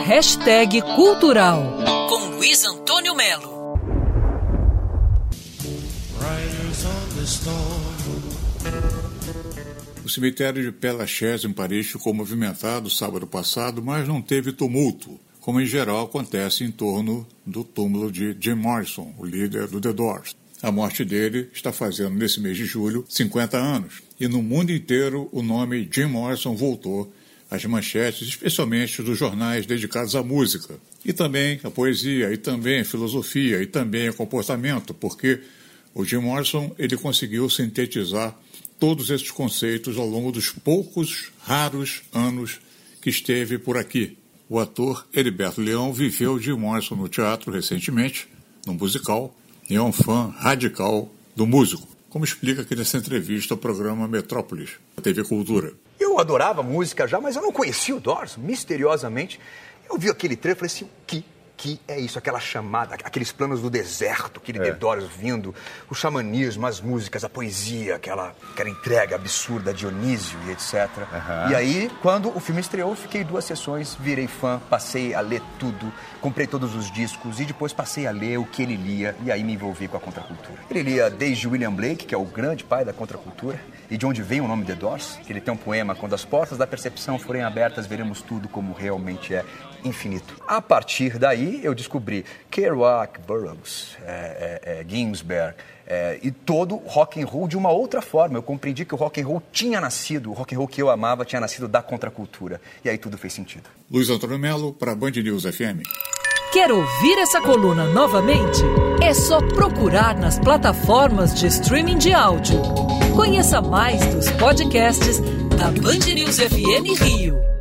#cultural com Luiz Antônio Melo. O cemitério de Père Lachaise, em Paris, ficou movimentado sábado passado, mas não teve tumulto, como em geral acontece em torno do túmulo de Jim Morrison, o líder do The Doors. A morte dele está fazendo, nesse mês de julho, 50 anos. E no mundo inteiro o nome Jim Morrison voltou às manchetes, especialmente dos jornais dedicados à música. E também à poesia, e também à filosofia, e também ao comportamento, porque o Jim Morrison ele conseguiu sintetizar todos esses conceitos ao longo dos poucos, raros anos que esteve por aqui. O ator Heriberto Leão viveu Jim Morrison no teatro recentemente, no musical, e é um fã radical do músico, como explica aqui nessa entrevista ao programa Metrópolis, da TV Cultura. Eu adorava música já, mas eu não conhecia o Doors, misteriosamente. Eu vi aquele trailer e falei assim, que é isso, aquela chamada, aqueles planos do deserto, aquele The Doors vindo, o xamanismo, as músicas, a poesia, aquela entrega absurda, Dionísio e etc. E aí, quando o filme estreou, fiquei 2 sessões, virei fã, passei a ler tudo, comprei todos os discos e depois passei a ler o que ele lia e aí me envolvi com a contracultura. Ele lia desde William Blake, que é o grande pai da contracultura, e de onde vem o nome The Doors, que ele tem um poema, quando as portas da percepção forem abertas, veremos tudo como realmente é, infinito. A partir daí, eu descobri Kerouac, Burroughs, Ginsberg, e todo rock and roll de uma outra forma. Eu compreendi que o rock and roll tinha nascido, o rock and roll que eu amava tinha nascido da contracultura. E aí tudo fez sentido. Luiz Antônio Melo, para Band News FM. Quer ouvir essa coluna novamente? É só procurar nas plataformas de streaming de áudio. Conheça mais dos podcasts da Band News FM Rio.